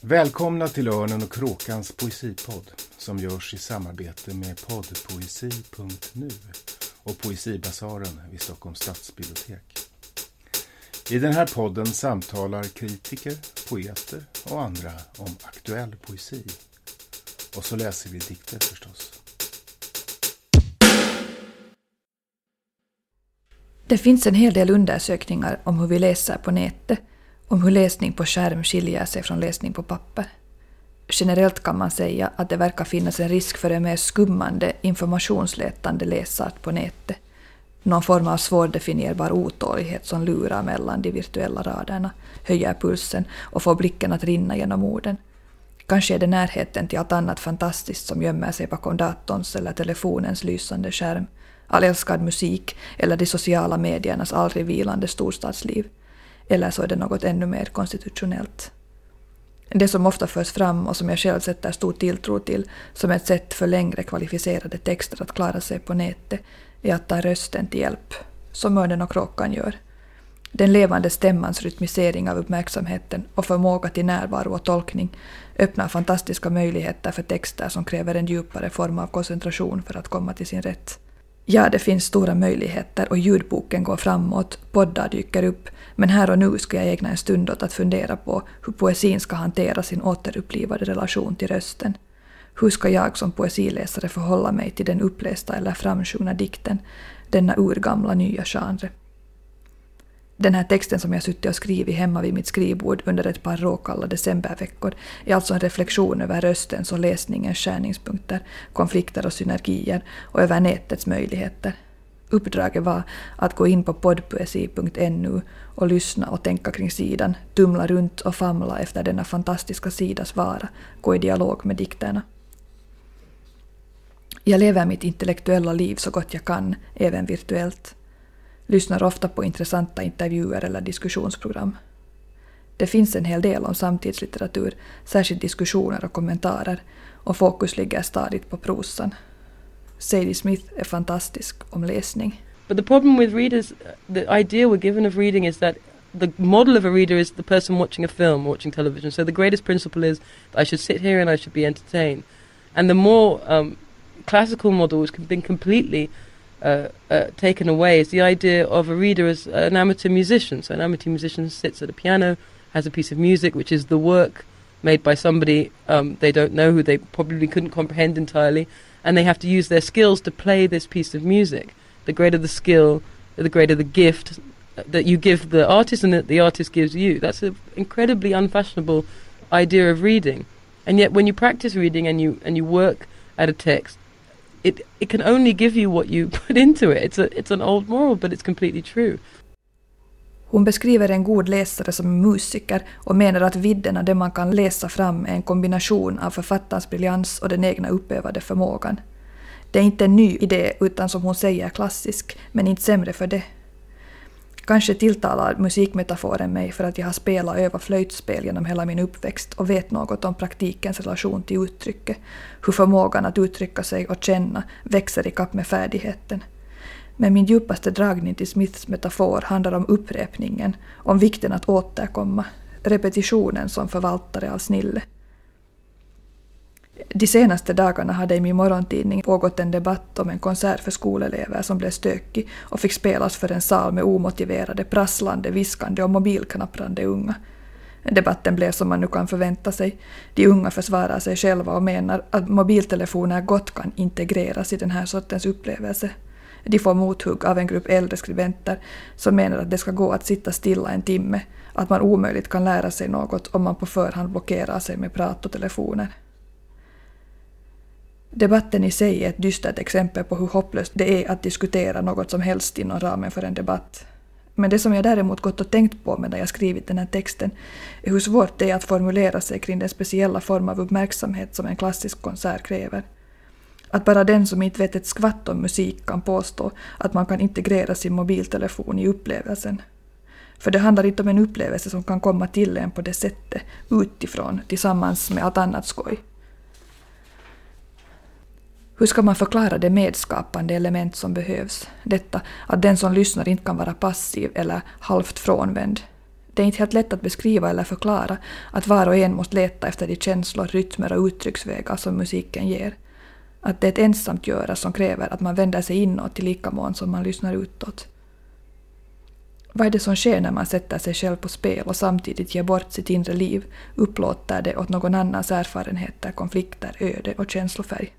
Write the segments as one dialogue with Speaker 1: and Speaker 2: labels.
Speaker 1: Välkomna till Örnen och Kråkans poesipodd som görs i samarbete med poddpoesi.nu och Poesibasaren vid Stockholms stadsbibliotek. I den här podden samtalar kritiker, poeter och andra om aktuell poesi. Och så läser vi dikter förstås.
Speaker 2: Det finns en hel del undersökningar om hur vi läser på nätet, om hur läsning på skärm skiljer sig från läsning på papper. Generellt kan man säga att det verkar finnas en risk för en mer skummande, informationsletande läsart på nätet. Någon form av svårdefinierbar otålighet som lurar mellan de virtuella raderna, höjer pulsen och får blicken att rinna genom orden. Kanske är det närheten till allt annat fantastiskt som gömmer sig bakom datorns eller telefonens lysande skärm, all älskad musik eller de sociala mediernas aldrig vilande storstadsliv. Eller så är det något ännu mer konstitutionellt. Det som ofta förs fram och som jag själv sätter stor tilltro till som ett sätt för längre kvalificerade texter att klara sig på nätet är att ta rösten till hjälp, som Örnen och Kråkan gör. Den levande stämmans rytmisering av uppmärksamheten och förmåga till närvaro och tolkning öppnar fantastiska möjligheter för texter som kräver en djupare form av koncentration för att komma till sin rätt. Ja, det finns stora möjligheter och ljudboken går framåt, poddar dyker upp, men här och nu ska jag ägna en stund åt att fundera på hur poesin ska hantera sin återupplivade relation till rösten. Hur ska jag som poesiläsare förhålla mig till den upplästa eller framsjungna dikten, denna urgamla nya genre? Den här texten som jag suttit och skrivit hemma vid mitt skrivbord under ett par råkalla decemberveckor är alltså en reflektion över röstens och läsningens skärningspunkter, konflikter och synergier och över nätets möjligheter. Uppdraget var att gå in på poddpoesi.nu och lyssna och tänka kring sidan, tumla runt och famla efter denna fantastiska sidas vara, gå i dialog med dikterna. Jag lever mitt intellektuella liv så gott jag kan, även virtuellt. Lyssnar ofta på intressanta intervjuer eller diskussionsprogram. Det finns en hel del om samtidslitteratur, särskilt diskussioner och kommentarer, och fokus ligger stadigt på prosan. Sadie Smith är fantastisk om läsning.
Speaker 3: But the problem with readers, the idea we're given of reading is that the model of a reader is the person watching a film, watching television. So the greatest principle is that I should sit here and I should be entertained. And the more classical model has been completely taken away is the idea of a reader as an amateur musician. So an amateur musician sits at a piano, has a piece of music, which is the work made by somebody they don't know, who they probably couldn't comprehend entirely, and they have to use their skills to play this piece of music. The greater the skill, the greater the gift that you give the artist and that the artist gives you. That's an incredibly unfashionable idea of reading. And yet when you practice reading and you work at a text, it can only give you what you put into it. It's an old moral, but it's completely true.
Speaker 2: Hon beskriver en god läsare som en musiker och menar att vidden av det man kan läsa fram är en kombination av författarens briljans och den egna uppövade förmågan. Det är inte en ny idé utan som hon säger klassisk, men inte sämre för det. Kanske tilltalar musikmetaforen mig för att jag har spelat och övat flöjtspel genom hela min uppväxt och vet något om praktikens relation till uttrycket, hur förmågan att uttrycka sig och känna växer i kapp med färdigheten. Men min djupaste dragning till Smiths metafor handlar om upprepningen, om vikten att återkomma, repetitionen som förvaltare av snille. De senaste dagarna hade i min morgontidning pågått en debatt om en konsert för skolelever som blev stökig och fick spelas för en sal med omotiverade, prasslande, viskande och mobilknapprande unga. Debatten blev som man nu kan förvänta sig. De unga försvarar sig själva och menar att mobiltelefoner gott kan integreras i den här sortens upplevelse. De får mothugg av en grupp äldre skribenter som menar att det ska gå att sitta stilla en timme, att man omöjligt kan lära sig något om man på förhand blockerar sig med prat och telefoner. Debatten i sig är ett dystert exempel på hur hopplöst det är att diskutera något som helst inom ramen för en debatt. Men det som jag däremot gått och tänkt på medan jag skrivit den här texten är hur svårt det är att formulera sig kring den speciella form av uppmärksamhet som en klassisk konsert kräver. Att bara den som inte vet ett skvatt om musik kan påstå att man kan integrera sin mobiltelefon i upplevelsen. För det handlar inte om en upplevelse som kan komma till en på det sättet, utifrån, tillsammans med allt annat skoj. Hur ska man förklara det medskapande element som behövs? Detta att den som lyssnar inte kan vara passiv eller halvt frånvänd. Det är inte helt lätt att beskriva eller förklara att var och en måste leta efter de känslor, rytmer och uttrycksvägar som musiken ger. Att det är ett ensamt göra som kräver att man vänder sig inåt i lika mån som man lyssnar utåt. Vad är det som sker när man sätter sig själv på spel och samtidigt ger bort sitt inre liv, upplåter det åt någon annans erfarenheter, konflikter, öde och känslofärg?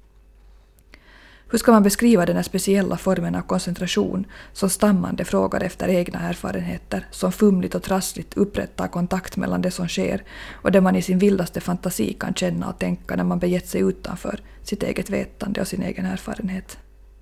Speaker 2: Hur ska man beskriva den här speciella formen av koncentration som stammande frågar efter egna erfarenheter, som fumligt och trassligt upprättar kontakt mellan det som sker och det man i sin vildaste fantasi kan känna och tänka när man begett sig utanför sitt eget vetande och sin egen erfarenhet?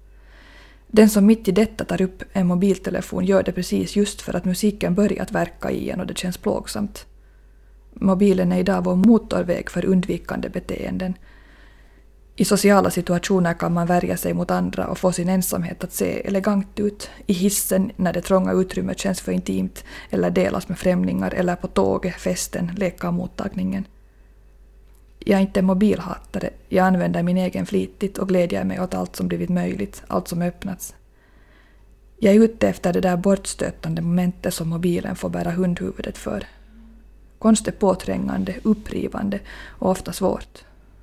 Speaker 2: Den som mitt i detta tar upp en mobiltelefon gör det precis just för att musiken börjat verka i en och det känns plågsamt. Mobilen är idag vår motorväg för undvikande beteenden. I sociala situationer kan man värja sig mot andra och få sin ensamhet att se elegant ut. I hissen när det trånga utrymmet känns för intimt eller delas med främlingar eller på tåget, festen, leka-mottagningen. Jag är inte en mobilhatare, jag använder min egen flitigt och glädjer mig åt allt som blivit möjligt, allt som öppnats. Jag är ute efter det där bortstötande momentet som mobilen får bära hundhuvudet för. Konst är påträngande, upprivande och ofta svårt.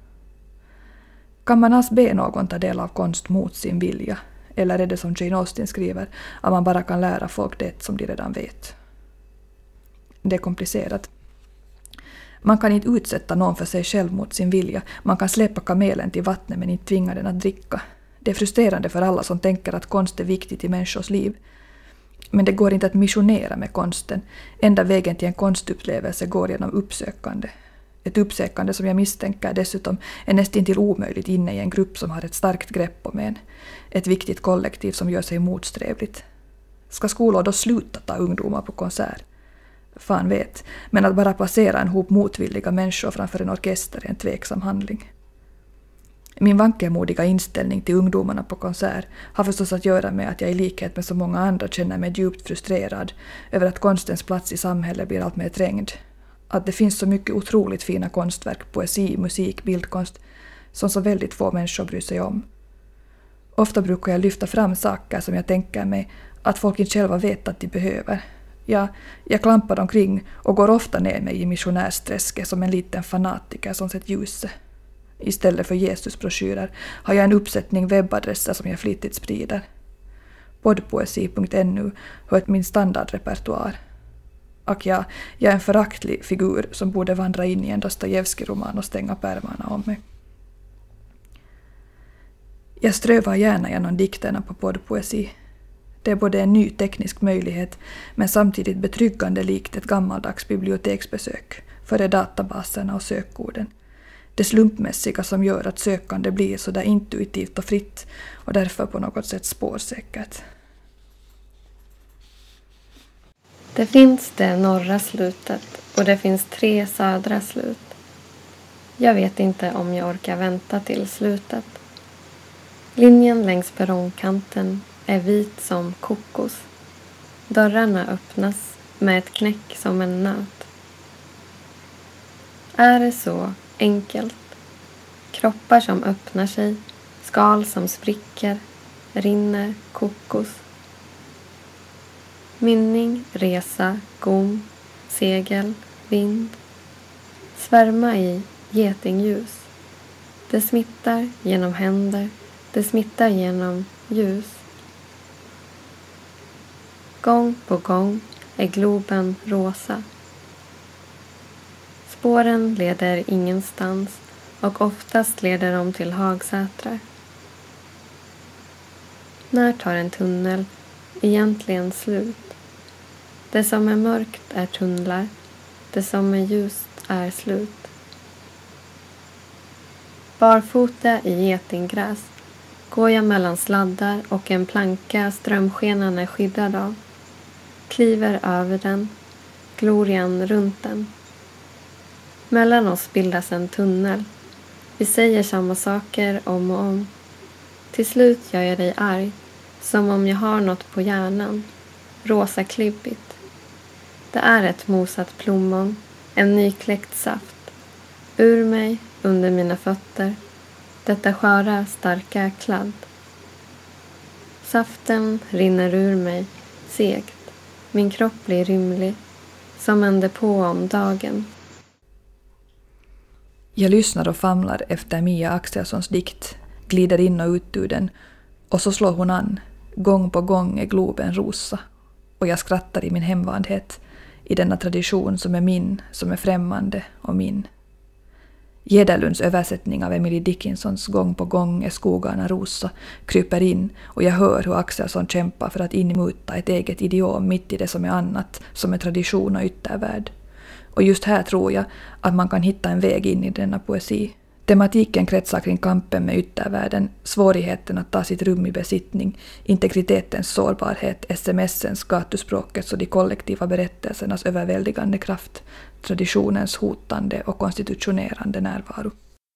Speaker 2: Kan man alls be någon ta del av konst mot sin vilja? Eller är det som Jane Austen skriver, att man bara kan lära folk det som de redan vet? Det är komplicerat. Man kan inte utsätta någon för sig själv mot sin vilja. Man kan släppa kamelen till vattnet men inte tvinga den att dricka. Det är frustrerande för alla som tänker att konst är viktigt i människors liv. Men det går inte att missionera med konsten. Enda vägen till en konstupplevelse går genom uppsökande. Ett uppsökande som jag misstänker dessutom är nästintill omöjligt inne i en grupp som har ett starkt grepp om en. Ett viktigt kollektiv som gör sig motsträvligt. Ska skolor då sluta ta ungdomar på konsert? Fan vet, men att bara placera en hop motvilliga människor framför en orkester är en tveksam handling. Min vankemodiga inställning till ungdomarna på konsert har förstås att göra med att jag i likhet med så många andra känner mig djupt frustrerad över att konstens plats i samhället blir allt mer trängd. Att det finns så mycket otroligt fina konstverk, poesi, musik, bildkonst som så väldigt få människor bryr sig om. Ofta brukar jag lyfta fram saker som jag tänker mig att folk inte själva vet att de behöver. Jag klampar omkring och går ofta ner mig i missionärsträsket som en liten fanatiker som sett ljuset. Istället för Jesusbroschyrer har jag en uppsättning webbadresser som jag flitigt sprider. Poddpoesi.nu hör till min standardrepertoar. Och jag är en föraktlig figur som borde vandra in i en Dostojevskij-roman och stänga pärmarna om mig. Jag strövar gärna genom dikterna på poddpoesi. Det är både en ny teknisk möjlighet men samtidigt betryggande likt ett gammaldags biblioteksbesök före databaserna och sökorden. Det slumpmässiga som gör att sökande blir så där intuitivt och fritt och därför på något sätt spårsäkert.
Speaker 4: Det finns det norra slutet och det finns 3 södra slut. Jag vet inte om jag orkar vänta till slutet. Linjen längs perrongkanten är vit som kokos. Dörrarna öppnas med ett knäck som en nöt. Är det så enkelt? Kroppar som öppnar sig, skal som spricker, rinner kokos. Mynning, resa, gom, segel, vind. Svärma i getingljus. Det smittar genom händer, det smittar genom ljus. Gång på gång är globen rosa. Spåren leder ingenstans och oftast leder de till Hagsätra. När tar en tunnel egentligen slut? Det som är mörkt är tunnlar, det som är ljust är slut. Barfota i getinggräs går jag mellan sladdar och en planka strömskenan är skyddad av. Kliver över den, glorian runt den. Mellan oss bildas en tunnel. Vi säger samma saker om och om. Till slut gör jag dig arg, som om jag har något på hjärnan. Rosa klibbigt. Det är ett mosat plommon, en nykläckt saft. Ur mig, under mina fötter. Detta sköra, starka kladd. Saften rinner ur mig, segt. Min kropp blir rymlig. som en depå om dagen.
Speaker 2: Jag lyssnar och famlar efter Mia Axelssons dikt, glider in och ut ur den, och så slår hon an, gång på gång är globen rosa, och jag skrattar i min hemvandhet, i denna tradition som är min, som är främmande och min. Gederlunds översättning av Emily Dickinsons Gång på gång är skogarna rosa kryper in, och jag hör hur Axelsson kämpar för att inmuta ett eget idiom mitt i det som är annat, som är tradition och yttervärld. Och just här tror jag att man kan hitta en väg in i denna poesi. Tematiken kretsar kring kampen med yttervärlden, svårigheten att ta sitt rum i besittning, integritetens sårbarhet, smsens, gatuspråkets och de kollektiva berättelsernas överväldigande kraft, traditionens hotande och konstitutionerande närvaro.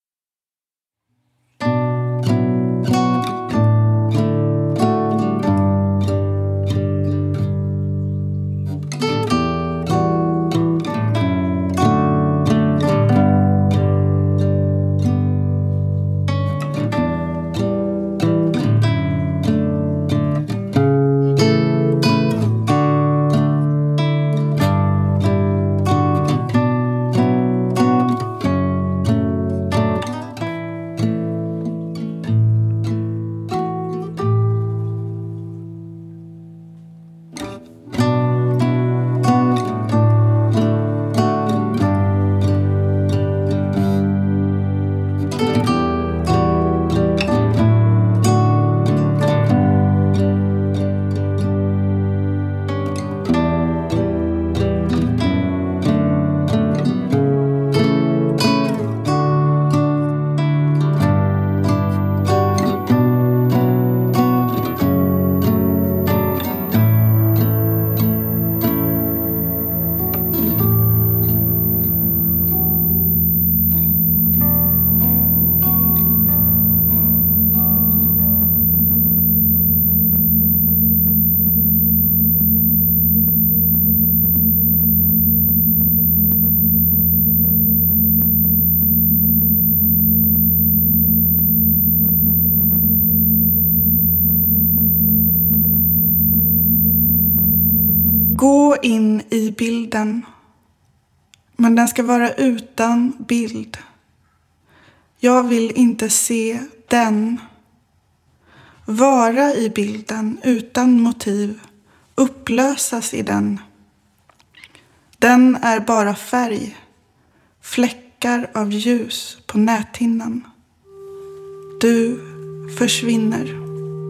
Speaker 5: Gå in i bilden, men den ska vara utan bild. Jag vill inte se den. Vara i bilden utan motiv, upplösas i den. Den är bara färg, fläckar av ljus på näthinnan. Du försvinner.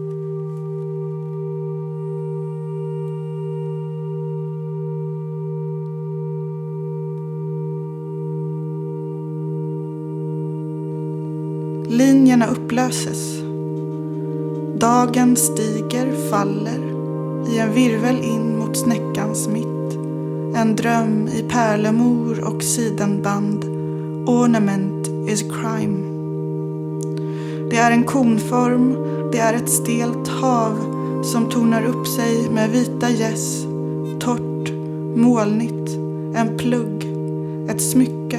Speaker 5: Linjerna upplöses. Dagen stiger, faller i en virvel in mot snäckans mitt. En dröm i pärlemor och sidenband. Ornament is crime. Det är en konform, det är ett stelt hav som tornar upp sig med vita gäss. Torrt, molnigt, en plugg, ett smycke.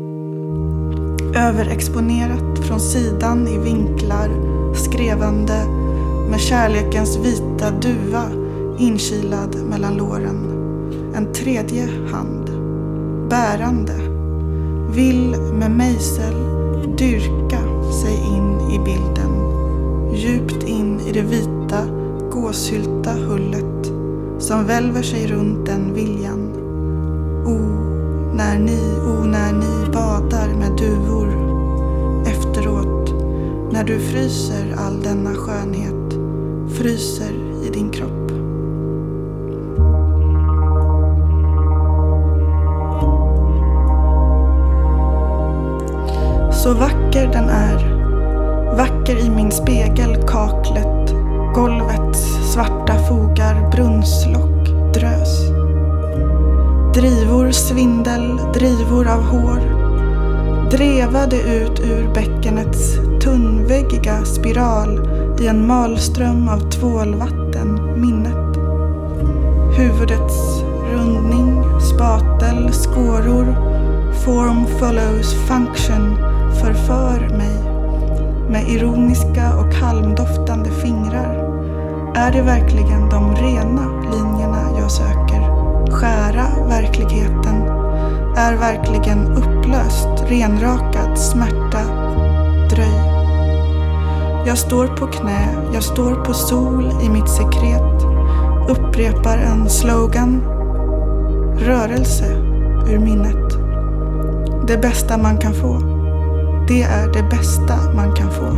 Speaker 5: Överexponerat från sidan i vinklar, skrevande med kärlekens vita duva inkilad mellan låren. En tredje hand, bärande, vill med mejsel dyrka sig in i bilden, djupt in i det vita, gåshylta hullet som välver sig runt den viljan. När ni badar med duvor efteråt, när du fryser all denna skönhet, fryser i din kropp. Så vacker den är, vacker i min spegel, kaklet, golvets svarta fogar, brunnslock, drös. Drivor, svindel, drivor av hår drevade ut ur bäckenets tunnväggiga spiral i en malström av tvålvatten, minnet. Huvudets rundning, spatel, skåror, form follows function förför mig med ironiska och halmdoftande fingrar. Är det verkligen de rena linjerna jag söker? skära verkligheten är verkligen upplöst, renrakad smärta. Dröj. Jag står på knä, jag står på sol i mitt sekret. Upprepar en slogan. Rörelse ur minnet. Det bästa man kan få. Det är det bästa man kan få.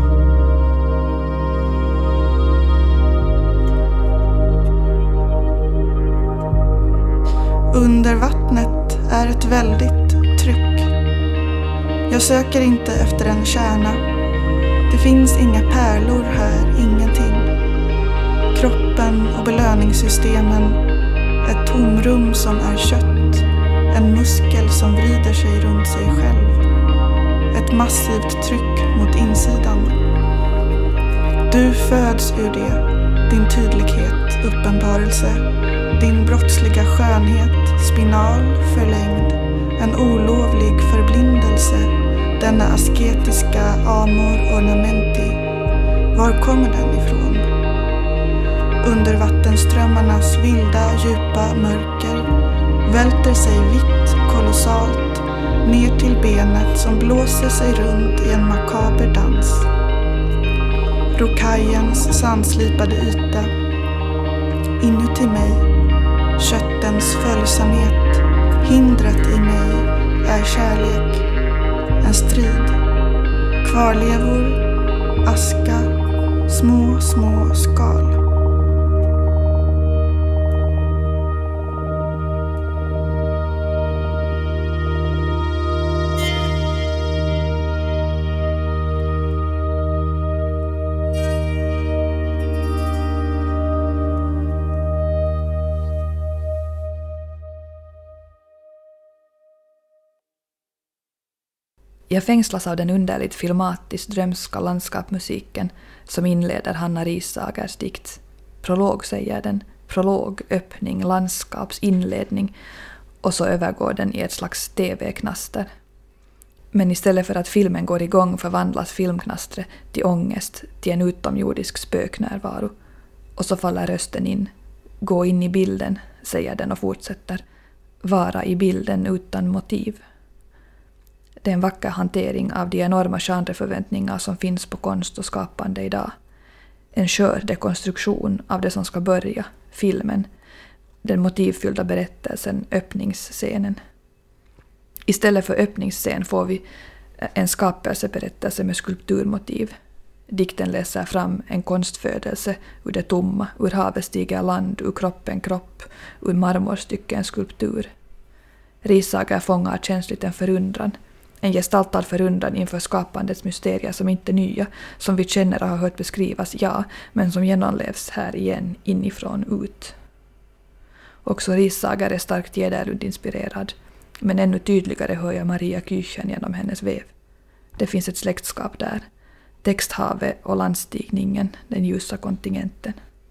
Speaker 5: Under vattnet är ett väldigt tryck. Jag söker inte efter en kärna. Det finns inga pärlor här, ingenting. Kroppen och belöningssystemen. Ett tomrum som är kött. En muskel som vrider sig runt sig själv. Ett massivt tryck mot insidan. Du föds ur det. Din tydlighet, uppenbarelse. Din brottsliga skönhet, spinal, förlängd. En olovlig förblindelse. Denna asketiska amor ornamenti. Var kommer den ifrån? Undervattenströmmarnas vilda, djupa mörker välter sig vitt, kolossalt, ner till benet som blåser sig runt i en makaber dans. Rokajens sandslipade yta. Inuti mig, köttens följsamhet, hindret i mig är kärlek, en strid. Kvarlevor, aska, små, små skal.
Speaker 2: Jag fängslas av den underligt filmatiskt drömska landskapsmusiken som inleder Hanna Rissagers dikt. Prolog säger den, prolog, öppning, landskaps, inledning och så övergår den i ett slags tv-knaster. Men istället för att filmen går igång förvandlas filmknastret till ångest, till en utomjordisk spöknärvaro. Och så faller rösten in. Gå in i bilden, säger den och fortsätter. Vara i bilden utan motiv. Det är en vacker hantering av de enorma genreförväntningar som finns på konst och skapande idag. En skör dekonstruktion av det som ska börja, filmen, den motivfyllda berättelsen, öppningsscenen. Istället för öppningsscen får vi en skapelseberättelse med skulpturmotiv. Dikten läser fram en konstfödelse ur det tomma, ur havet stiger land, ur kroppen kropp, ur marmorstycken skulptur. Rissager fångar känsligt en förundran. En gestaltad förundran inför skapandets mysterier som inte är nya, som vi känner och har hört beskrivas, ja, men som genomlevs här igen, inifrån ut. Också Rissager är starkt Gederlund-inspirerad, men ännu tydligare hör jag Maria Küchen genom hennes väv. Det finns ett släktskap där. Texthavet och landstigningen, den ljusa kontingenten.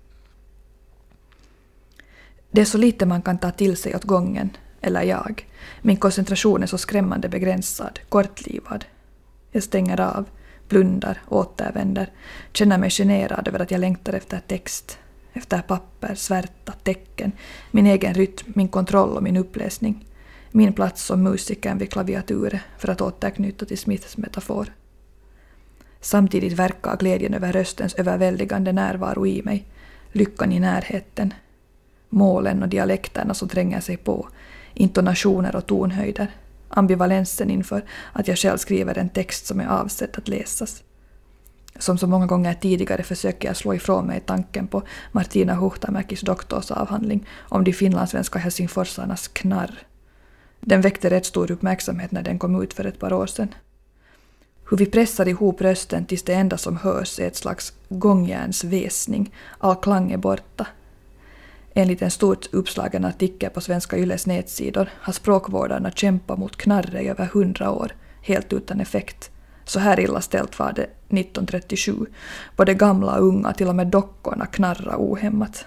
Speaker 2: Det är så lite man kan ta till sig åt gången, eller jag. Min koncentration är så skrämmande begränsad, kortlivad. Jag stänger av, blundar, återvänder, känner mig generad över att jag längtar efter text, efter papper, svärta, tecken, min egen rytm, min kontroll och min uppläsning. Min plats som musikern vid klaviaturet, för att återknyta till Smiths metafor. Samtidigt verkar glädjen över röstens överväldigande närvaro i mig, lyckan i närheten, målen och dialekterna som tränger sig på, intonationer och tonhöjder, ambivalensen inför att jag själv skriver en text som är avsedd att läsas. Som så många gånger tidigare försöker jag slå ifrån mig tanken på Martina Huhtamäkis doktorsavhandling om de finlandssvenska helsingforsarnas knarr. Den väckte rätt stor uppmärksamhet när den kom ut för ett par år sedan. Hur vi pressar ihop rösten tills det enda som hörs är ett slags gångjärnsväsning, all klang är borta. Enligt en stort uppslagen artikel på Svenska Yles nätsidor har språkvårdarna kämpat mot knarre i över 100 år, helt utan effekt. Så här illa ställt var det 1937. Både gamla och unga, till och med dockorna, knarra ohämmat.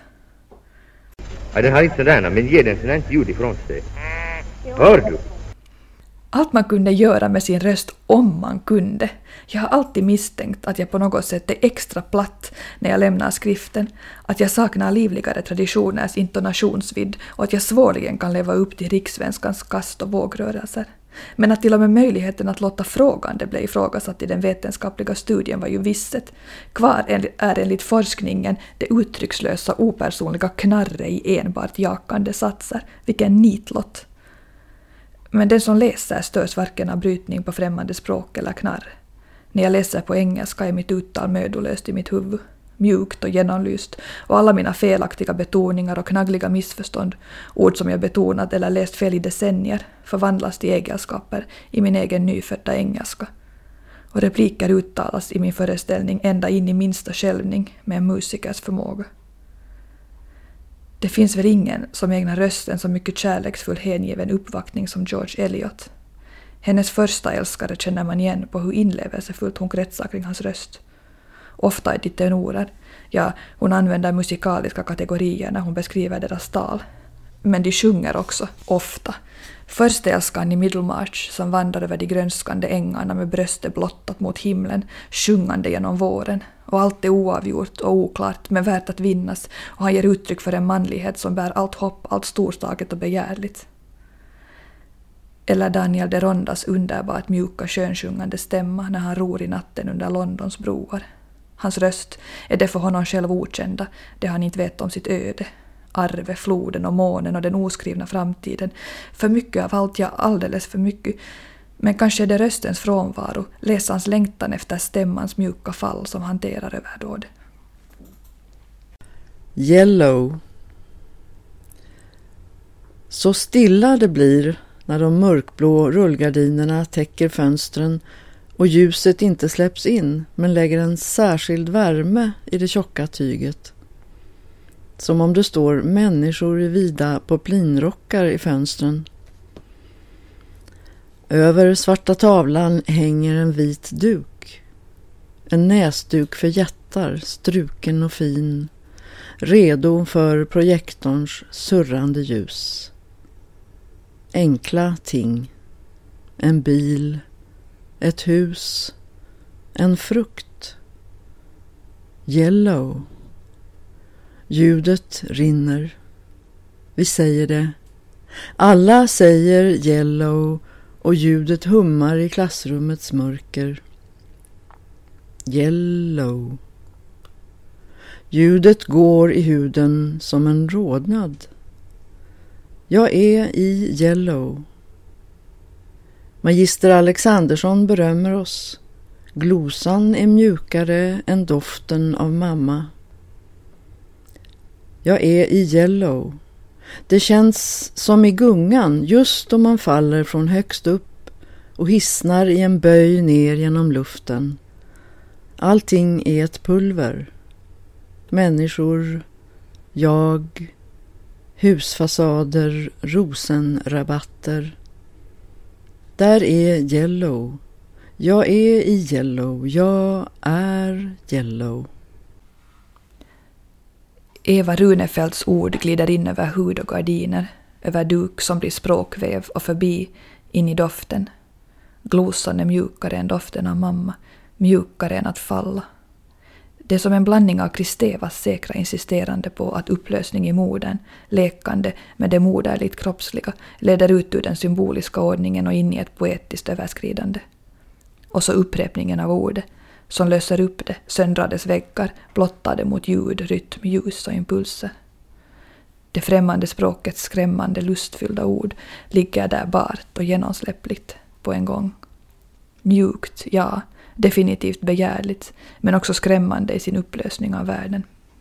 Speaker 6: Ja, den har inte sådär, men ge den sådär inte ljud ifrån sig. Hör du?
Speaker 2: Allt man kunde göra med sin röst om man kunde. Jag har alltid misstänkt att jag på något sätt är extra platt när jag lämnar skriften, att jag saknar livligare traditioners intonationsvidd och att jag svårligen kan leva upp till rikssvenskans kast och vågrörelser. Men att till och med möjligheten att låta frågande bli ifrågasatt i den vetenskapliga studien var ju visset. Kvar är enligt forskningen det uttryckslösa opersonliga knarre i enbart jakande satser. Vilken nitlott! Men den som läser störs varken av brytning på främmande språk eller knarr. När jag läser på engelska är mitt uttal mödolöst i mitt huvud. Mjukt och genomlyst, och alla mina felaktiga betoningar och knaggliga missförstånd, ord som jag betonat eller läst fel i decennier, förvandlas till egenskaper i min egen nyfödda engelska. Och repliker uttalas i min föreställning ända in i minsta skälvning med en musikers förmåga. Det finns väl ingen som ägnar rösten så mycket kärleksfull hängiven uppvaktning som George Eliot. Hennes första älskare känner man igen på hur inlevelsefullt hon kretsar kring hans röst. Ofta är det tenorer. Ja, hon använder musikaliska kategorier när hon beskriver deras tal. Men de sjunger också, ofta. Först älskan i Middlemarch som vandrar över de grönskande ängarna med bröstet blottat mot himlen, sjungande genom våren. Och allt är oavgjort och oklart, men värt att vinnas, och han ger uttryck för en manlighet som bär allt hopp, allt storslaget och begärligt. Eller Daniel de Rondas underbart mjuka skönsjungande stämma när han ror i natten under Londons broar. Hans röst är det för honom själv okända, det han inte vet om sitt öde. Arve, floden och månen och den oskrivna framtiden. För mycket av allt, ja, alldeles för mycket. Men kanske är det röstens frånvaro, läsarens längtan efter stämmans mjuka fall som hanterar överdåd.
Speaker 6: Yellow. Så stilla det blir när de mörkblå rullgardinerna täcker fönstren och ljuset inte släpps in men lägger en särskild värme i det tjocka tyget. Som om det står människor i vida poplinrockar i fönstren. Över svarta tavlan hänger en vit duk. En näsduk för jättar, struken och fin. Redo för projektorns surrande ljus. Enkla ting. En bil. Ett hus. En frukt. Yellow. Ljudet rinner. Vi säger det. Alla säger yellow och ljudet hummar i klassrummets mörker. Yellow. Ljudet går i huden som en rodnad. Jag är i yellow. Magister Alexandersson berömmer oss. Glosan är mjukare än doften av mamma. Jag är i yellow. Det känns som i gungan just då man faller från högst upp och hissnar i en böj ner genom luften. Allting är ett pulver. Människor, jag, husfasader, rosenrabatter. Där är yellow. Jag är i yellow. Jag är yellow.
Speaker 2: Eva Runefeldts ord glider in över hud och gardiner, över duk som blir språkväv och förbi, in i doften. Glosan är mjukare än doften av mamma, mjukare än att falla. Det är som en blandning av Kristevas säkra insisterande på att upplösning i modern, lekande med det moderligt kroppsliga, leder ut ur den symboliska ordningen och in i ett poetiskt överskridande. Och så upprepningen av ordet, som löser upp det, söndrar dess väggar, blottar det mot ljud, rytm, ljus och impulser. Det främmande språkets skrämmande, lustfyllda ord ligger där bart och genomsläppligt på en gång. Mjukt, ja, definitivt begärligt, men också skrämmande i sin upplösning av världen.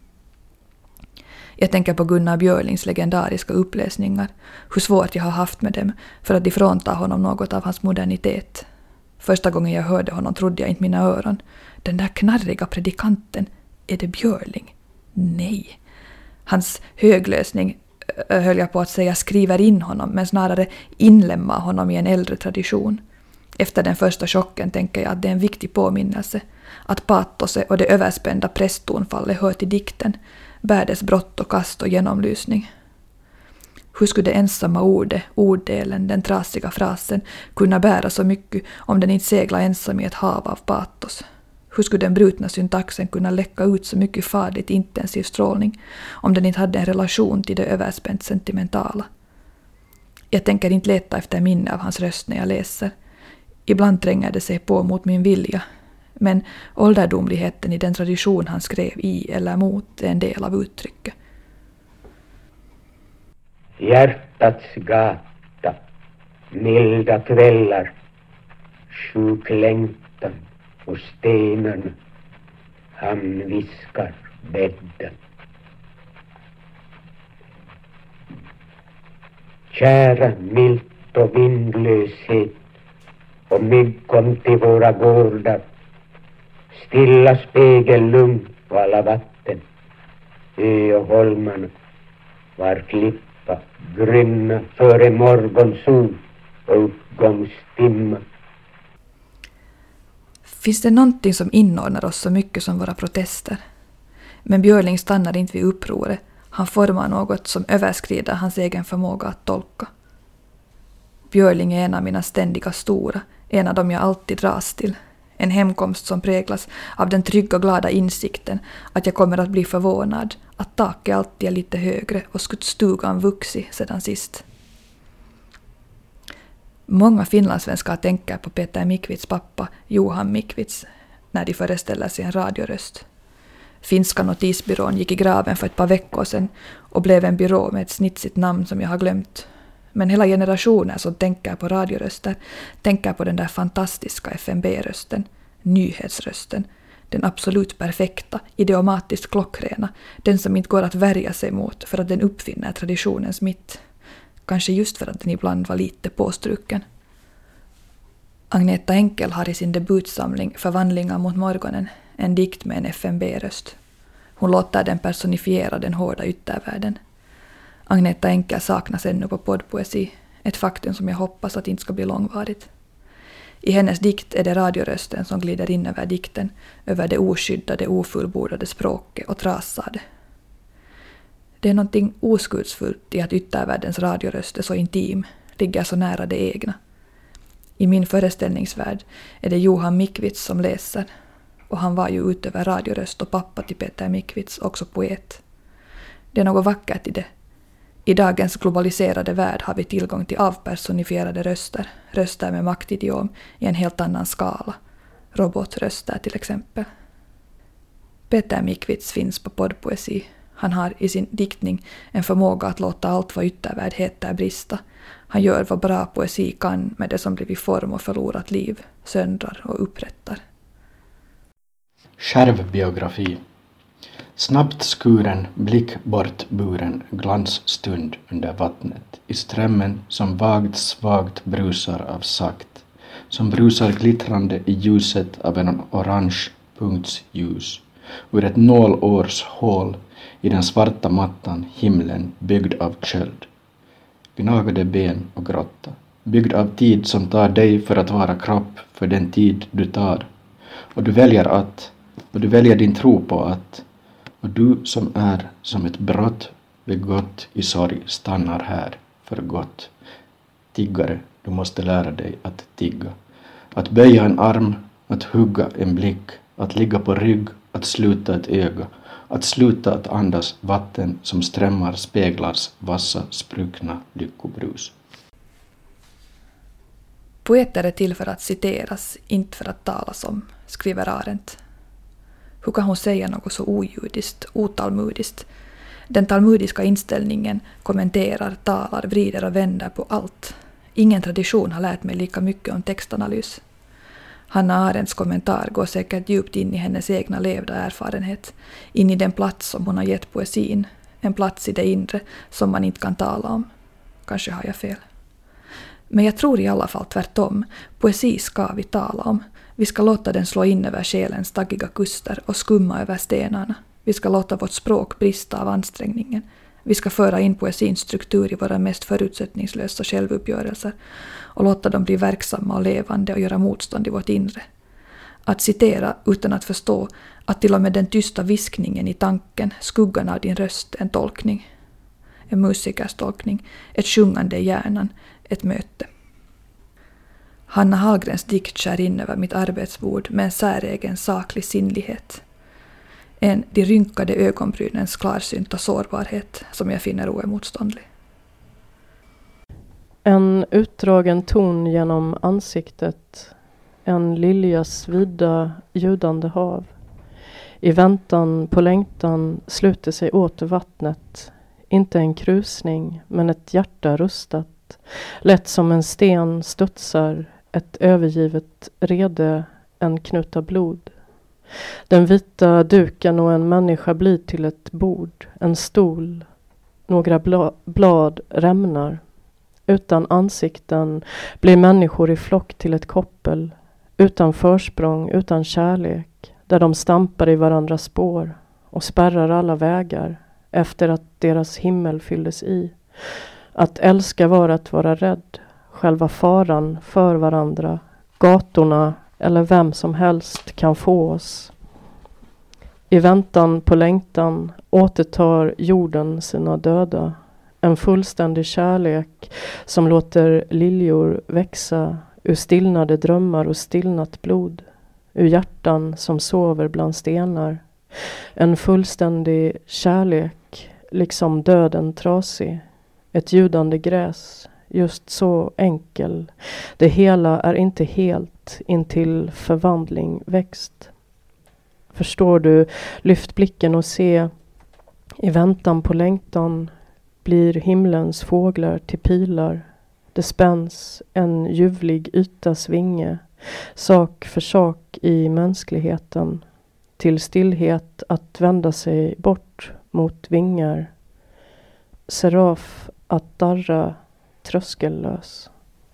Speaker 2: Jag tänker på Gunnar Björlings legendariska uppläsningar, hur svårt jag har haft med dem för att ifrånta honom något av hans modernitet. Första gången jag hörde honom trodde jag inte mina öron. Den där knarriga predikanten, är det Björling? Nej. Hans höglösning, höll jag på att säga, skriver in honom, men snarare inlämnar honom i en äldre tradition. Efter den första chocken tänker jag att det är en viktig påminnelse, att patoset och det överspända prästtonfallet hör till dikten, bär dess brott och kast och genomlysning. Hur skulle det ensamma ordet, orddelen, den trasiga frasen kunna bära så mycket om den inte seglar ensam i ett hav av patos? Hur skulle den brutna syntaxen kunna läcka ut så mycket farligt intensiv strålning om den inte hade en relation till det överspänt sentimentala? Jag tänker inte leta efter minne av hans röst när jag läser. Ibland tränger det sig på mot min vilja, men ålderdomligheten i den tradition han skrev i eller mot är en del av uttrycket.
Speaker 7: Hjärtats gata, milda kvällar, sjuk längtan och stenen, han viskar bädden. Kära milt och vindlöshet, och mygg kom till våra gårdar, stilla spegellugn på alla vatten, ö och holmarna var klippa, grymma före morgonsol och uppgångstimma.
Speaker 2: Finns det någonting som inordnar oss så mycket som våra protester? Men Björling stannar inte vid upproret. Han formar något som överskrider hans egen förmåga att tolka. Björling är en av mina ständiga stora, en av dem jag alltid dras till. En hemkomst som präglas av den trygga och glada insikten att jag kommer att bli förvånad, att taket alltid är lite högre och stugan vuxit sedan sist. Många finlandssvenskar tänker på Peter Mikvits pappa, Johan Mikvits, när de föreställer sig en radioröst. Finska notisbyrån gick i graven för ett par veckor sedan och blev en byrå med ett snitsigt namn som jag har glömt. Men hela generationer som tänker på radioröster tänker på den där fantastiska FNB-rösten, nyhetsrösten, den absolut perfekta, idiomatiskt klockrena, den som inte går att värja sig mot för att den uppfinner traditionens mitt. Kanske just för att den ibland var lite påstruken. Agneta Enkel har i sin debutsamling Förvandlingar mot morgonen en dikt med en FNB-röst. Hon låter den personifiera den hårda yttervärlden. Agneta Enkel saknas ännu på poddpoesi, ett faktum som jag hoppas att inte ska bli långvarigt. I hennes dikt är det radiorösten som glider in över dikten, över det oskyddade, ofullbordade språket och trasar det. Det är någonting oskuldsfullt i att yttervärldens radioröst är så intim, ligger så nära det egna. I min föreställningsvärld är det Johan Mikvits som läser, och han var ju utöver radioröst och pappa till Peter Mikvits också poet. Det är något vackert i det. I dagens globaliserade värld har vi tillgång till avpersonifierade röster, röster med maktidiom i en helt annan skala. Robotröster till exempel. Peter Mikvits finns på poddpoesi. Han har i sin diktning en förmåga att låta allt vad yttervärld heter brista. Han gör vad bra poesi kan med det som blivit form och förlorat liv, söndrar och upprättar.
Speaker 8: Självbiografi. Snabbt skuren, blick bortburen, glansstund under vattnet, i strömmen som vagt svagt brusar av sakt, som brusar glittrande i ljuset av en orange punkts ljus, ur ett nålårs hål i den svarta mattan himlen byggd av köld. Gnagade ben och grotta, byggd av tid som tar dig för att vara kropp för den tid du tar, och du väljer din tro på att, och du som är som ett brott begått i sorg stannar här för gott. Tiggare, du måste lära dig att tigga. Att böja en arm, att hugga en blick, att ligga på rygg, att sluta ett öga, att sluta att andas vatten som strömmar speglars vassa spruckna lyckobrus.
Speaker 2: Poeter är till för att citeras, inte för att talas om, skriver Arendt. Hur kan hon säga något så ojudiskt, otalmudiskt? Den talmudiska inställningen kommenterar, talar, vrider och vänder på allt. Ingen tradition har lärt mig lika mycket om textanalys. Hanna Arendts kommentar går säkert djupt in i hennes egna levda erfarenhet, in i den plats som hon har gett poesin, en plats i det inre som man inte kan tala om. Kanske har jag fel. Men jag tror i alla fall tvärtom, poesi ska vi tala om. Vi ska låta den slå in över själens taggiga kuster och skumma över stenarna. Vi ska låta vårt språk brista av ansträngningen. Vi ska föra in poesins struktur i våra mest förutsättningslösa självuppgörelser och låta dem bli verksamma och levande och göra motstånd i vårt inre. Att citera utan att förstå att till och med den tysta viskningen i tanken, skuggan av din röst, är en tolkning. en musikers tolkning, ett sjungande i hjärnan, ett möte. Hanna Hallgrens dikt skär in över mitt arbetsbord med en säregen saklig sinnlighet. En de rynkade ögonbrynens klarsynta sårbarhet som jag finner oemotståndlig.
Speaker 9: En utdragen ton genom ansiktet, en liljas vida ljudande hav. I väntan på längtan sluter sig åter vattnet, inte en krusning men ett hjärta rustat, lätt som en sten studsar, ett övergivet rede, en knuta blod. Den vita duken och en människa blir till ett bord, en stol, några blad rämnar. Utan ansikten blir människor i flock till ett koppel, utan försprång, utan kärlek, där de stampar i varandras spår och spärrar alla vägar efter att deras himmel fylldes i. Att älska var att vara rädd, själva faran för varandra, gatorna eller vem som helst kan få oss. I väntan på längtan återtar jorden sina döda. En fullständig kärlek som låter liljor växa ur stillnade drömmar och stillnat blod. Ur hjärtan som sover bland stenar. En fullständig kärlek, liksom döden trasig. Ett ljudande gräs, just så enkel. Det hela är inte helt intill förvandling växt. Förstår du, lyft blicken och se. I väntan på längtan blir himlens fåglar till pilar. Det spänns en ljuvlig ytas vinge, sak för sak i mänskligheten, till stillhet att vända sig bort mot vingar. Seraf att darra tröskellös.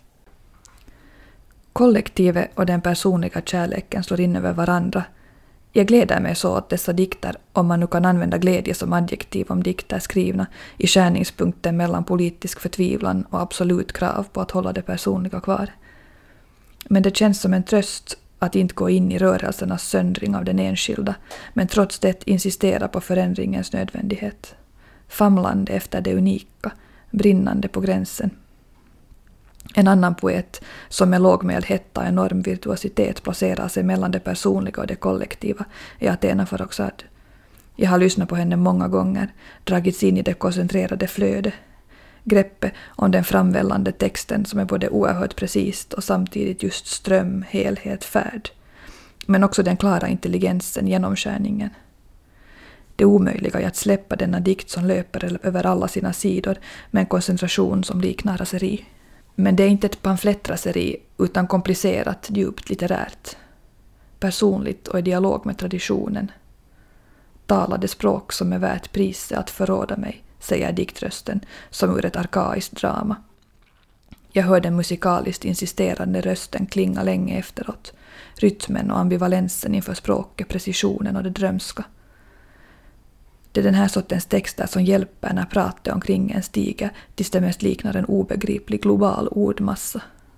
Speaker 2: Kollektivet och den personliga kärleken slår in över varandra. Jag gläder mig så åt dessa dikter, om man nu kan använda glädje som adjektiv om dikter skrivna i skärningspunkten mellan politisk förtvivlan och absolut krav på att hålla det personliga kvar. Men det känns som en tröst att inte gå in i rörelsernas söndring av den enskilda, men trots det insistera på förändringens nödvändighet. Famlande efter det unika, brinnande på gränsen. En annan poet som med lågmäld hetta och enorm virtuositet placerar sig mellan det personliga och det kollektiva är Athena Farrokhzad. Jag har lyssnat på henne många gånger, dragits in i det koncentrerade flödet. Greppet om den framvällande texten som är både oerhört precist och samtidigt just ström, helhet, färd. Men också den klara intelligensen, genomskärningen. Det omöjliga är att släppa denna dikt som löper över alla sina sidor med en koncentration som liknar raseri. Men det är inte ett pamflettraseri utan komplicerat, djupt litterärt. Personligt och i dialog med traditionen. Talade språk som är värt priset att förråda mig, säger diktrösten som ur ett arkaiskt drama. Jag hör den musikaliskt insisterande rösten klinga länge efteråt. Rytmen och ambivalensen inför språket, precisionen och det drömska. Det är den här sortens texter som hjälper när pratet omkring en stiger tills det mest liknar en obegriplig global ordmassa.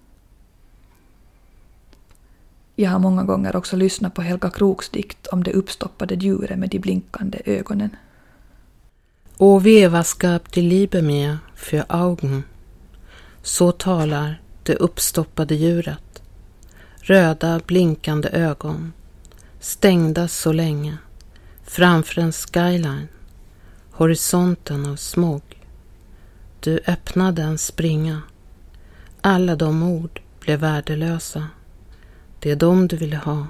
Speaker 2: Jag har många gånger också lyssnat på Helga Kroks dikt om det uppstoppade djuret med de blinkande ögonen.
Speaker 10: O veva skapte Liebe mir för Augen. Så talar det uppstoppade djuret. Röda blinkande ögon. Stängda så länge. Framför en skyline. Horisonten av smog. Du öppnade en springa. Alla de ord blev värdelösa. Det är de du ville ha.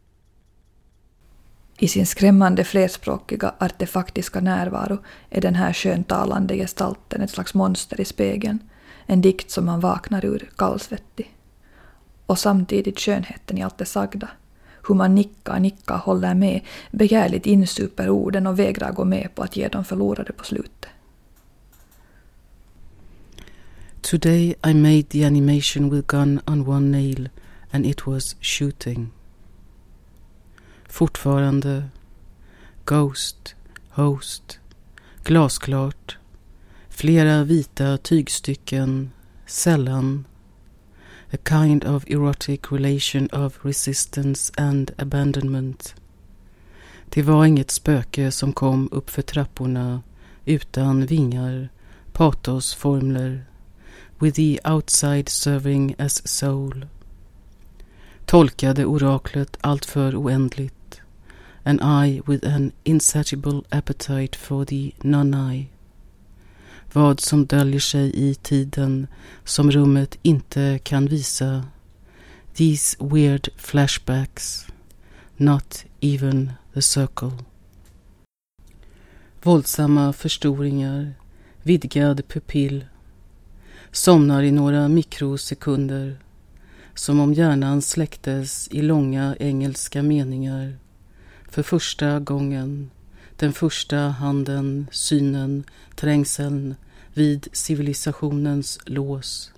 Speaker 2: I sin skrämmande flerspråkiga artefaktiska närvaro är den här sköntalande gestalten ett slags monster i spegeln. En dikt som man vaknar ur kallsvettig. Och samtidigt skönheten i allt det sagda. Hur man nickar, håller med, begärligt insuper orden och vägrar gå med på att ge dem förlorade på slutet.
Speaker 11: Today I made the animation with gun on one nail and it was shooting. Fortfarande Ghost, Host, glasklart, flera vita tygstycken, sällan. A kind of erotic relation of resistance and abandonment. Det var inget spöke som kom upp för trapporna utan vingar patosformler, with the outside serving as soul. Tolkade oraklet allt för oändligt, an eye with an insatiable appetite for the non-eye. Vad som döljer sig i tiden som rummet inte kan visa. These weird flashbacks, not even the circle. Våldsamma förstoringar, vidgad pupill. Somnar i några mikrosekunder, som om hjärnan släcktes i långa engelska meningar. För första gången, den första handen, synen, trängseln vid civilisationens lås.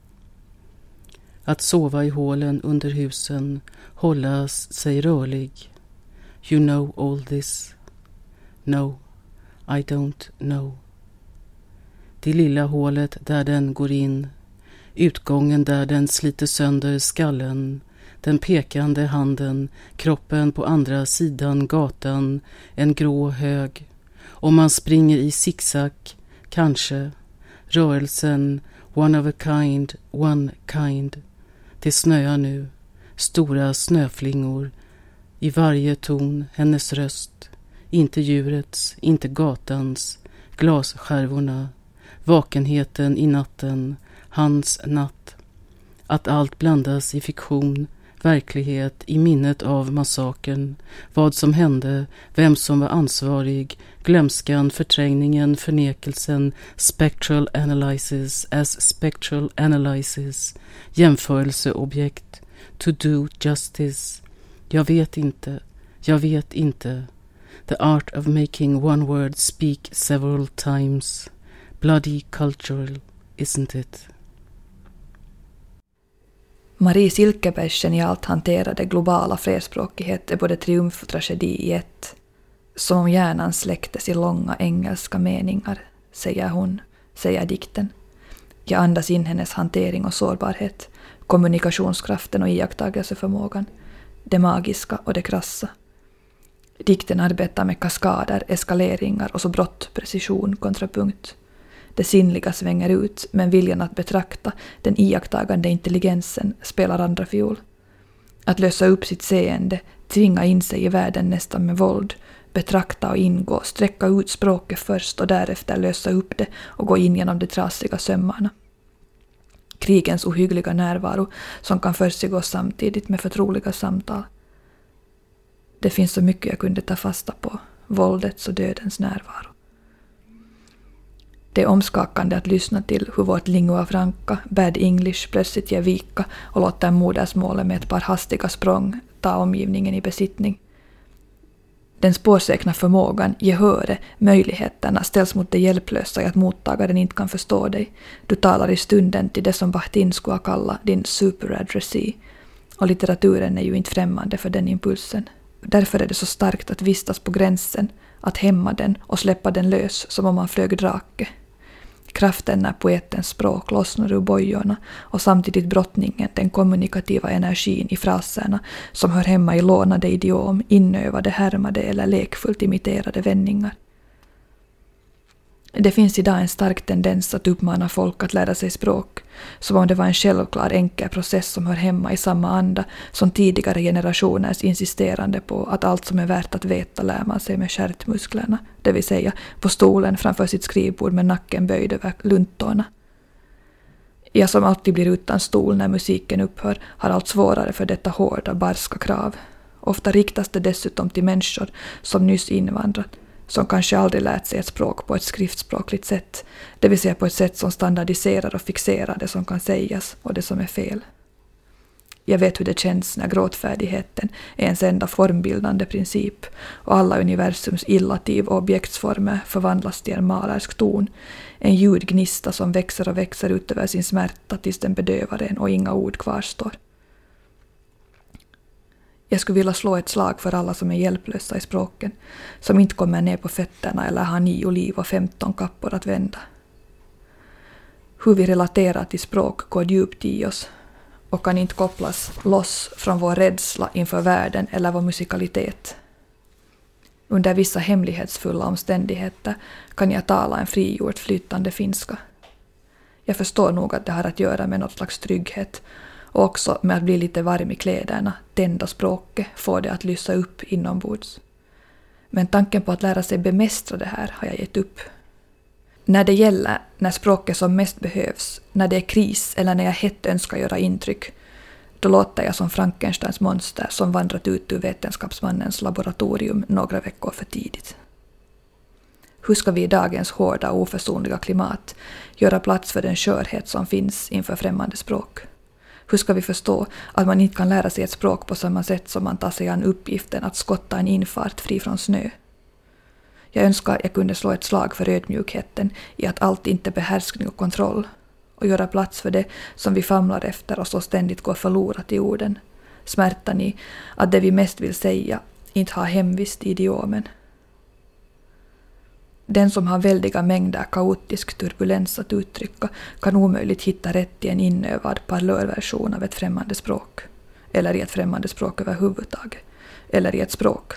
Speaker 11: Att sova i hålen under husen, hålla sig rörlig. You know all this. No, I don't know. Det lilla hålet där den går in, utgången där den sliter sönder skallen, den pekande handen, kroppen på andra sidan gatan, en grå hög. Om man springer i zigzag, kanske. Rörelsen, one of a kind, one kind. Det snöar nu, stora snöflingor. I varje ton hennes röst, inte djurets, inte gatans, glasskärvorna. Vakenheten i natten, hans natt. Att allt blandas i fiktion, verklighet, i minnet av massakern. Vad som hände, vem som var ansvarig, glömskan, förträngningen, förnekelsen, spectral analysis as spectral analysis, jämförelseobjekt, to do justice. Jag vet inte. The art of making one word speak several times. Bloody cultural, isn't it?
Speaker 2: Marie Silkebergs genialt hanterade globala flerspråkighet är både triumf och tragedi i ett. Som om hjärnan släcktes i långa engelska meningar, säger dikten. Jag andas in hennes hantering och sårbarhet, kommunikationskraften och iakttagelseförmågan, det magiska och det krassa. Dikten arbetar med kaskader, eskaleringar och så brott, precision, kontrapunkt. Det sinnliga svänger ut, men viljan att betrakta, den iakttagande intelligensen, spelar andra fiol. Att lösa upp sitt seende, tvinga in sig i världen nästan med våld, betrakta och ingå, sträcka ut språket först och därefter lösa upp det och gå in genom de trasiga sömmarna. Krigens ohyggliga närvaro som kan försiggå samtidigt med förtroliga samtal. Det finns så mycket jag kunde ta fasta på, våldets och dödens närvaro. Det är omskakande att lyssna till hur vårt lingua franca, bad English, plötsligt ger vika och låter modersmålet med ett par hastiga språng ta omgivningen i besittning. Den spårsäkna förmågan, gehöret, möjligheterna ställs mot det hjälplösa i att mottagaren inte kan förstå dig. Du talar i stunden till det som Bakhtin skulle kalla din superaddressee, och litteraturen är ju inte främmande för den impulsen. Därför är det så starkt att vistas på gränsen, att hämma den och släppa den lös som om man flög drake. Kraften när poetens språk lossnar ur bojorna och samtidigt brottningen, den kommunikativa energin i fraserna som hör hemma i lånade idiom, inövade, härmade eller lekfullt imiterade vändningar. Det finns idag en stark tendens att uppmana folk att lära sig språk, som om det var en självklar enkel process som hör hemma i samma anda som tidigare generationers insisterande på att allt som är värt att veta lär man sig med stjärtmusklerna, det vill säga på stolen framför sitt skrivbord med nacken böjd över luntorna. Jag som alltid blir utan stol när musiken upphör har allt svårare för detta hårda, barska krav. Ofta riktas det dessutom till människor som nyss invandrat, som kanske aldrig lärt sig ett språk på ett skriftspråkligt sätt, det vill säga på ett sätt som standardiserar och fixerar det som kan sägas och det som är fel. Jag vet hur det känns när gråtfärdigheten är ens enda formbildande princip och alla universums illativ och objektsformer förvandlas till en malersk ton, en ljudgnista som växer och växer ut över sin smärta tills den bedövar en och inga ord kvarstår. Jag skulle vilja slå ett slag för alla som är hjälplösa i språken, som inte kommer ner på fötterna eller har 9 liv och 15 kappor att vända. Hur vi relaterar till språk går djupt i oss och kan inte kopplas loss från vår rädsla inför världen eller vår musikalitet. Under vissa hemlighetsfulla omständigheter kan jag tala en frigjort flytande finska. Jag förstår nog att det har att göra med något slags trygghet och också med att bli lite varm i kläderna, tända språket, få det att lysa upp inombords. Men tanken på att lära sig bemästra det här har jag gett upp. När det gäller när språket som mest behövs, när det är kris eller när jag hett önskar göra intryck, då låter jag som Frankensteins monster som vandrat ut ur vetenskapsmannens laboratorium några veckor för tidigt. Hur ska vi i dagens hårda och oförsonliga klimat göra plats för den skörhet som finns inför främmande språk? Hur ska vi förstå att man inte kan lära sig ett språk på samma sätt som man tar sig an uppgiften att skotta en infart fri från snö? Jag önskar jag kunde slå ett slag för ödmjukheten i att allt inte är behärskning och kontroll och göra plats för det som vi famlar efter och så ständigt går förlorat i orden. Smärtan i att det vi mest vill säga inte har hemvist i idiomen. Den som har väldiga mängder kaotisk turbulens att uttrycka kan omöjligt hitta rätt i en inövad parlörversion av ett främmande språk. Eller i ett främmande språk överhuvudtaget. Eller i ett språk.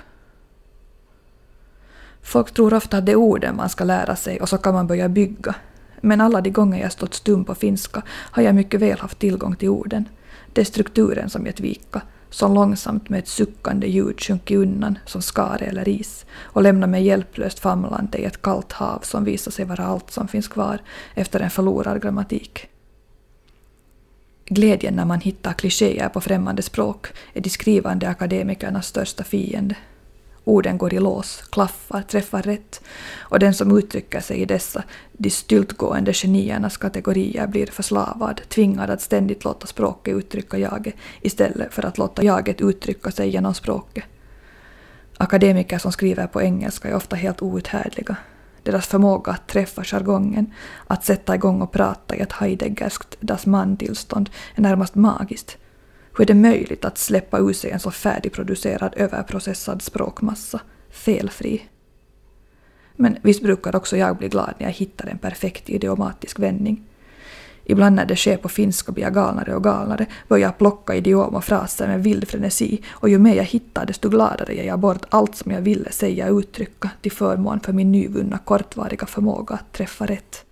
Speaker 2: Folk tror ofta att det är orden man ska lära sig och så kan man börja bygga. Men alla de gånger jag stått stum på finska har jag mycket väl haft tillgång till orden. Det är strukturen som gett vika, som långsamt med ett suckande ljud sjunker undan som skare eller is och lämnar mig hjälplöst famlande i ett kallt hav som visar sig vara allt som finns kvar efter en förlorad grammatik. Glädjen när man hittar klichéer på främmande språk är de skrivande akademikernas största fiende. Orden går i lås, klaffar, träffar rätt och den som uttrycker sig i dessa de styltgående geniernas kategorier blir förslavad, tvingad att ständigt låta språket uttrycka jaget istället för att låta jaget uttrycka sig genom språket. Akademiker som skriver på engelska är ofta helt outhärdliga. Deras förmåga att träffa jargongen, att sätta igång och prata i ett heideggerskt das man-tillstånd är närmast magiskt. Hur är det möjligt att släppa ur sig en så färdigproducerad överprocessad språkmassa, felfri? Men visst brukar också jag bli glad när jag hittar en perfekt idiomatisk vändning. Ibland när det sker på finska blir jag galnare och galnare, börjar plocka idiom och fraser med vild frenesi och ju mer jag hittar desto gladare ger jag bort allt som jag ville säga och uttrycka till förmån för min nyvunna kortvariga förmåga att träffa rätt.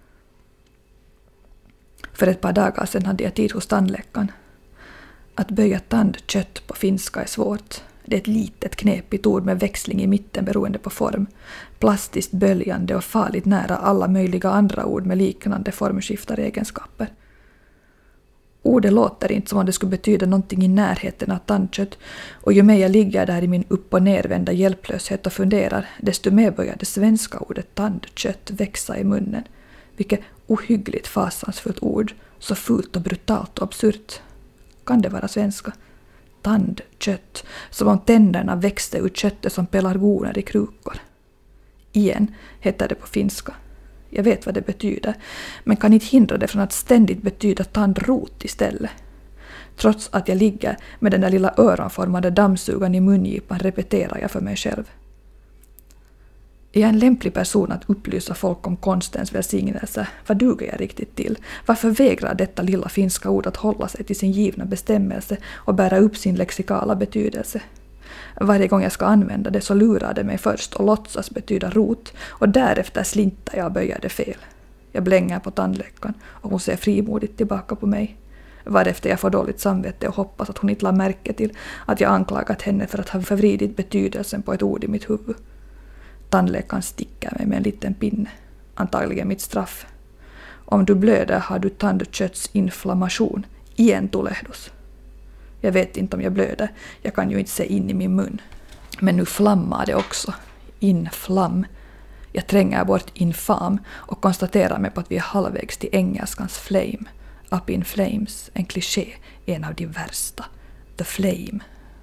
Speaker 2: För ett par dagar sedan hade jag tid hos tandläkaren. Att böja tandkött på finska är svårt. Det är ett litet knepigt ord med växling i mitten beroende på form. Plastiskt böljande och farligt nära alla möjliga andra ord med liknande formskiftaregenskaper. Ordet låter inte som om det skulle betyda någonting i närheten av tandkött och ju mer jag ligger där i min upp- och nervända hjälplöshet och funderar, desto mer börjar det svenska ordet tandkött växa i munnen. Vilket ohyggligt fasansfullt ord, så fult och brutalt och absurt. Kan det vara svenska? Tandkött, som om tänderna växte ur köttet som pelargoner i krukor. Igen heter det på finska. Jag vet vad det betyder, men kan inte hindra det från att ständigt betyda tandrot istället. Trots att jag ligger med den där lilla öronformade dammsugan i mungipan repeterar jag för mig själv. Är jag en lämplig person att upplysa folk om konstens välsignelse? Vad duger jag riktigt till? Varför vägrar detta lilla finska ord att hålla sig till sin givna bestämmelse och bära upp sin lexikala betydelse? Varje gång jag ska använda det så lurar det mig först och låtsas betyda rot och därefter slintar jag och böjer det fel. Jag blänger på tandläkaren och hon ser frimodigt tillbaka på mig. Varefter jag får dåligt samvete och hoppas att hon inte la märke till att jag anklagat henne för att ha förvridit betydelsen på ett ord i mitt huvud. Tandläkaren sticker mig med en liten pinne, antagligen mitt straff. Om du blöder har du tandköttsinflammation, igen tulehdus. Jag vet inte om jag blöder, jag kan ju inte se in i min mun. Men nu flammar det också, inflam. Jag tränger bort infam och konstaterar mig på att vi är halvvägs till engelskans flame. Up in flames, en kliché, en av de värsta. The flame.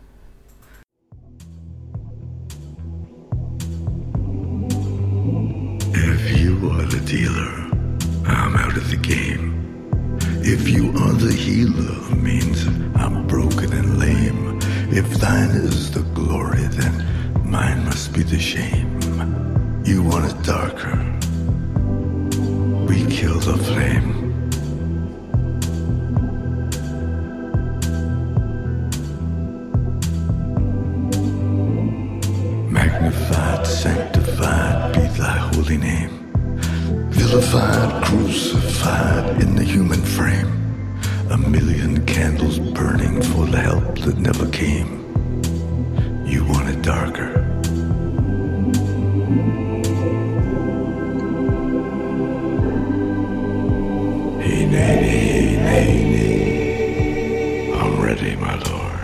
Speaker 12: If you are the dealer, I'm out of the game. If you are the healer, means I'm broken and lame. If thine is the glory, then mine must be the shame. You want it darker, we kill the flame. Magnify sanctified be thy holy name. Vilified, crucified in the human frame. A million candles burning for the help that never came. You want it darker. Hey, nay, nay. I'm ready, my lord.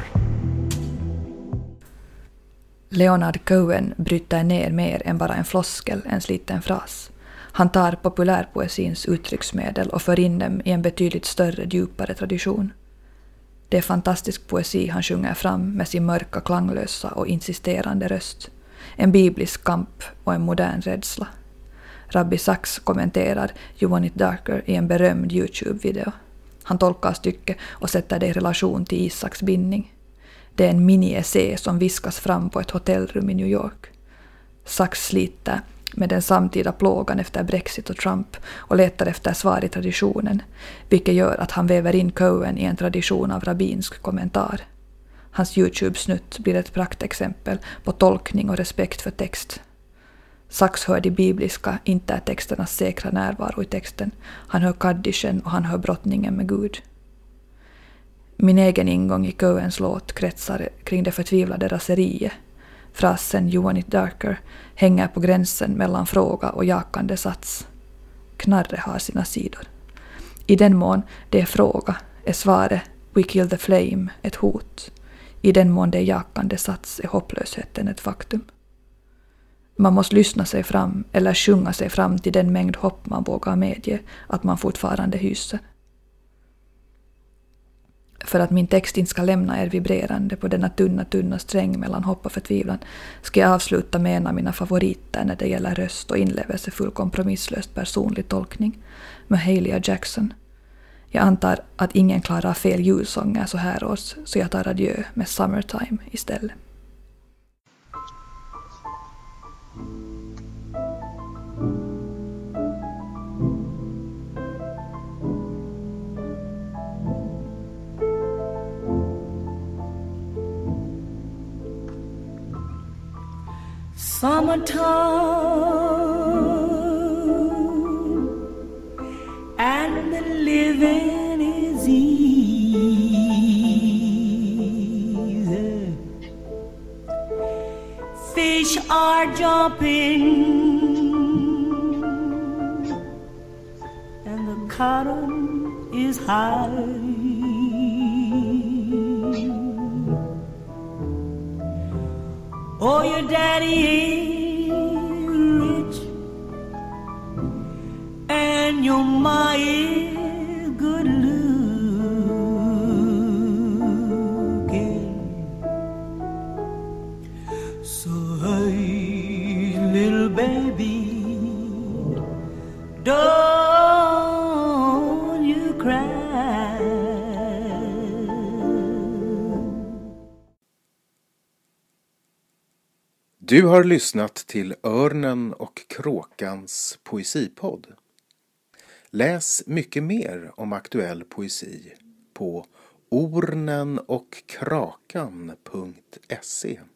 Speaker 2: Leonard Cohen bryter ner mer än bara en floskel, en sliten fras. Han tar populärpoesins uttrycksmedel och för in dem i en betydligt större, djupare tradition. Det är fantastisk poesi han sjunger fram med sin mörka, klanglösa och insisterande röst. En biblisk kamp och en modern rädsla. Rabbi Sachs kommenterar You Want It Darker i en berömd YouTube-video. Han tolkar stycket och sätter det i relation till Isaks bindning. Det är en mini-essä som viskas fram på ett hotellrum i New York. Sachs sliter med den samtida plågan efter Brexit och Trump och letar efter svar i traditionen, vilket gör att han väver in Cohen i en tradition av rabbinsk kommentar. Hans YouTube-snutt blir ett praktexempel på tolkning och respekt för text. Sachs hör de bibliska, inte är texternas säkra närvaro i texten. Han hör kaddischen och han hör brottningen med Gud. Min egen ingång i Cohens låt kretsar kring det förtvivlade raseriet. Frasen You Want It Darker hänger på gränsen mellan fråga och jakande sats. Knarre har sina sidor. I den mån det är fråga är svaret We Kill the Flame ett hot. I den mån det är jakande sats är hopplösheten ett faktum. Man måste lyssna sig fram eller sjunga sig fram till den mängd hopp man vågar medge att man fortfarande hyser. För att min text inte ska lämna er vibrerande på denna tunna sträng mellan hopp och förtvivlan ska jag avsluta med en av mina favoriter när det gäller röst och inlevelsefull kompromisslöst personlig tolkning, Mahalia Jackson. Jag antar att ingen klarar fel julsånger så här års, så jag tar adjö med Summertime istället.
Speaker 13: Summertime and the living is easy. Fish are jumping and the cotton is high. Oh, your daddy is rich and your ma is good looking. So hey, little baby, don't you cry.
Speaker 1: Du har lyssnat till Örnen och kråkans poesipodd. Läs mycket mer om aktuell poesi på ornenochkrakan.se.